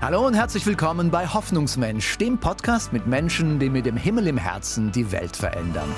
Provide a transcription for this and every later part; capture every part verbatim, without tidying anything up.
Hallo und herzlich willkommen bei Hoffnungsmensch, dem Podcast mit Menschen, die mit dem Himmel im Herzen die Welt verändern.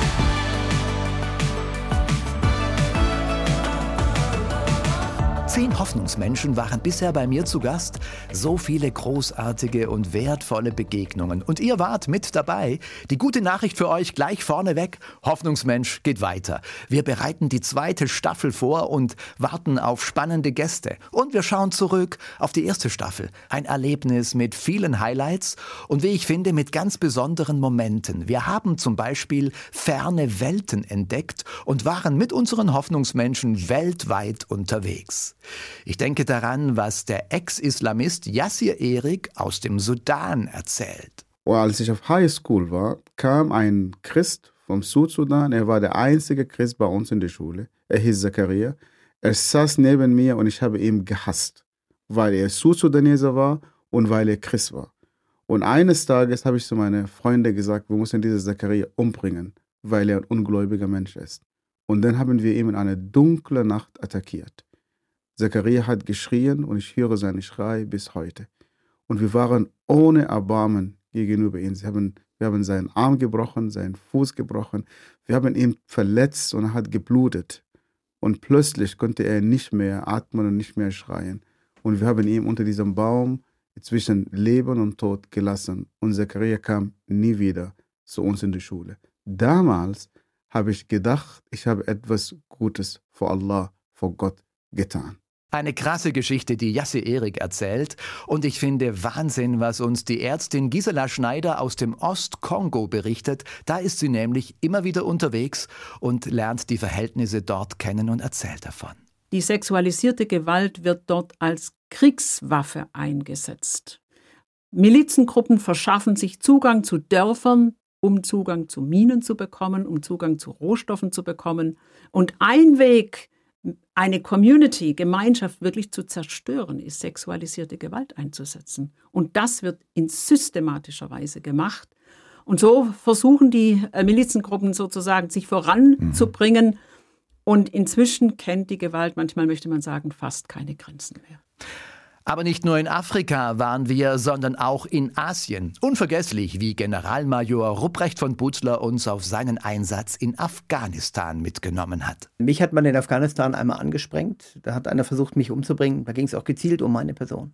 Zehn Hoffnungsmenschen waren bisher bei mir zu Gast. So viele großartige und wertvolle Begegnungen. Und ihr wart mit dabei. Die gute Nachricht für euch gleich vorneweg. Hoffnungsmensch geht weiter. Wir bereiten die zweite Staffel vor und warten auf spannende Gäste. Und wir schauen zurück auf die erste Staffel. Ein Erlebnis mit vielen Highlights und wie ich finde, mit ganz besonderen Momenten. Wir haben zum Beispiel ferne Welten entdeckt und waren mit unseren Hoffnungsmenschen weltweit unterwegs. Ich denke daran, was der Ex-Islamist Yassir Erik aus dem Sudan erzählt. Als ich auf High School war, kam ein Christ vom Südsudan. Er war der einzige Christ bei uns in der Schule. Er hieß Zakaria. Er saß neben mir und ich habe ihn gehasst, weil er Südsudaneser war und weil er Christ war. Und eines Tages habe ich zu meinen Freunden gesagt, wir müssen diesen Zakaria umbringen, weil er ein ungläubiger Mensch ist. Und dann haben wir ihn in einer dunklen Nacht attackiert. Zakaria hat geschrien und ich höre seinen Schrei bis heute. Und wir waren ohne Erbarmen gegenüber ihm. Sie haben, wir haben seinen Arm gebrochen, seinen Fuß gebrochen. Wir haben ihn verletzt und er hat geblutet. Und plötzlich konnte er nicht mehr atmen und nicht mehr schreien. Und wir haben ihn unter diesem Baum zwischen Leben und Tod gelassen. Und Zakaria kam nie wieder zu uns in die Schule. Damals habe ich gedacht, ich habe etwas Gutes vor Allah, vor Gott getan. Eine krasse Geschichte, die Yassir Erik erzählt. Und ich finde Wahnsinn, was uns die Ärztin Gisela Schneider aus dem Ostkongo berichtet. Da ist sie nämlich immer wieder unterwegs und lernt die Verhältnisse dort kennen und erzählt davon. Die sexualisierte Gewalt wird dort als Kriegswaffe eingesetzt. Milizengruppen verschaffen sich Zugang zu Dörfern, um Zugang zu Minen zu bekommen, um Zugang zu Rohstoffen zu bekommen. Und ein Weg, eine Community, Gemeinschaft wirklich zu zerstören, ist sexualisierte Gewalt einzusetzen. Und das wird in systematischer Weise gemacht. Und so versuchen die Milizengruppen sozusagen, sich voranzubringen. Mhm. Und inzwischen kennt die Gewalt, manchmal möchte man sagen, fast keine Grenzen mehr. Aber nicht nur in Afrika waren wir, sondern auch in Asien. Unvergesslich, wie Generalmajor Rupprecht von Butzler uns auf seinen Einsatz in Afghanistan mitgenommen hat. Mich hat man in Afghanistan einmal angesprengt. Da hat einer versucht, mich umzubringen. Da ging es auch gezielt um meine Person.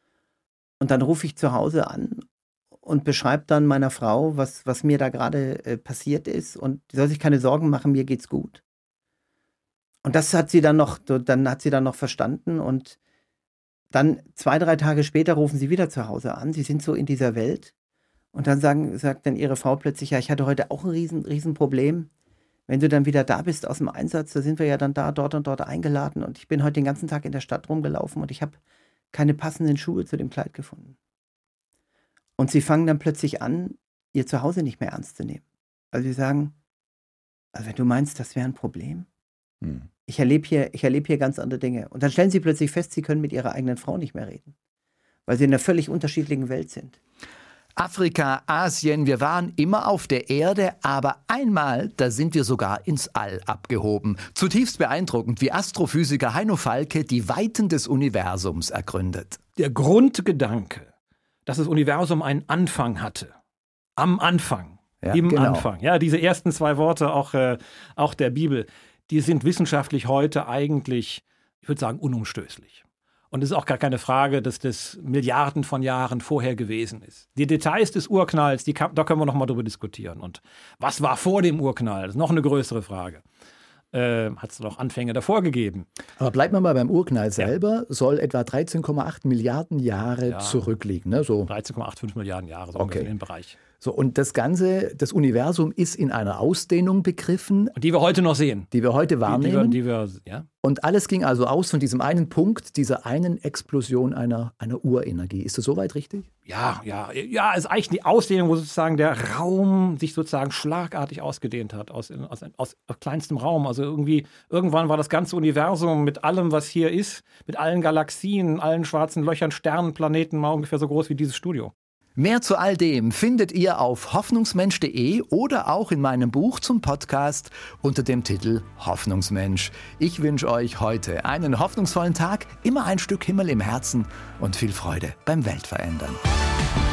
Und dann rufe ich zu Hause an und beschreibe dann meiner Frau, was, was mir da gerade äh, passiert ist. Und die soll sich keine Sorgen machen, mir geht's gut. Und das hat sie dann noch, dann hat sie dann noch verstanden. Und dann zwei, drei Tage später rufen sie wieder zu Hause an. Sie sind so in dieser Welt. Und dann sagen, sagt dann ihre Frau plötzlich, ja, ich hatte heute auch ein riesen, riesen Problem. Wenn du dann wieder da bist aus dem Einsatz, da sind wir ja dann da, dort und dort eingeladen. Und ich bin heute den ganzen Tag in der Stadt rumgelaufen und ich habe keine passenden Schuhe zu dem Kleid gefunden. Und sie fangen dann plötzlich an, ihr Zuhause nicht mehr ernst zu nehmen. Also sie sagen, also wenn du meinst, das wäre ein Problem, hm. Ich erlebe hier, ich erlebe hier ganz andere Dinge. Und dann stellen sie plötzlich fest, sie können mit ihrer eigenen Frau nicht mehr reden, weil sie in einer völlig unterschiedlichen Welt sind. Afrika, Asien, wir waren immer auf der Erde, aber einmal, da sind wir sogar ins All abgehoben. Zutiefst beeindruckend, wie Astrophysiker Heino Falke die Weiten des Universums ergründet. Der Grundgedanke, dass das Universum einen Anfang hatte, am Anfang, ja, im genau. Anfang, ja, diese ersten zwei Worte auch, äh, auch der Bibel, die sind wissenschaftlich heute eigentlich, ich würde sagen, unumstößlich. Und es ist auch gar keine Frage, dass das Milliarden von Jahren vorher gewesen ist. Die Details des Urknalls, die kann, da können wir noch mal drüber diskutieren. Und was war vor dem Urknall? Das ist noch eine größere Frage. Äh, hat es noch Anfänge davor gegeben. Aber bleiben wir mal beim Urknall selber, ja. Soll etwa dreizehn Komma acht Milliarden Jahre ja. zurückliegen. Ne? So. dreizehn Komma achtzig Milliarden Jahre, so okay. in dem Bereich. So, und das Ganze, das Universum ist in einer Ausdehnung begriffen. Und die wir heute noch sehen. Die wir heute wahrnehmen. Die, die wir, die wir, ja. Und alles ging also aus von diesem einen Punkt, dieser einen Explosion einer, einer Urenergie. Ist das soweit richtig? Ja, ja, ja, es ist eigentlich die Ausdehnung, wo sozusagen der Raum sich sozusagen schlagartig ausgedehnt hat, aus, aus, aus, aus kleinstem Raum. Also irgendwie, irgendwann war das ganze Universum mit allem, was hier ist, mit allen Galaxien, allen schwarzen Löchern, Sternen, Planeten, mal ungefähr so groß wie dieses Studio. Mehr zu all dem findet ihr auf hoffnungsmensch punkt de oder auch in meinem Buch zum Podcast unter dem Titel Hoffnungsmensch. Ich wünsche euch heute einen hoffnungsvollen Tag, immer ein Stück Himmel im Herzen und viel Freude beim Weltverändern.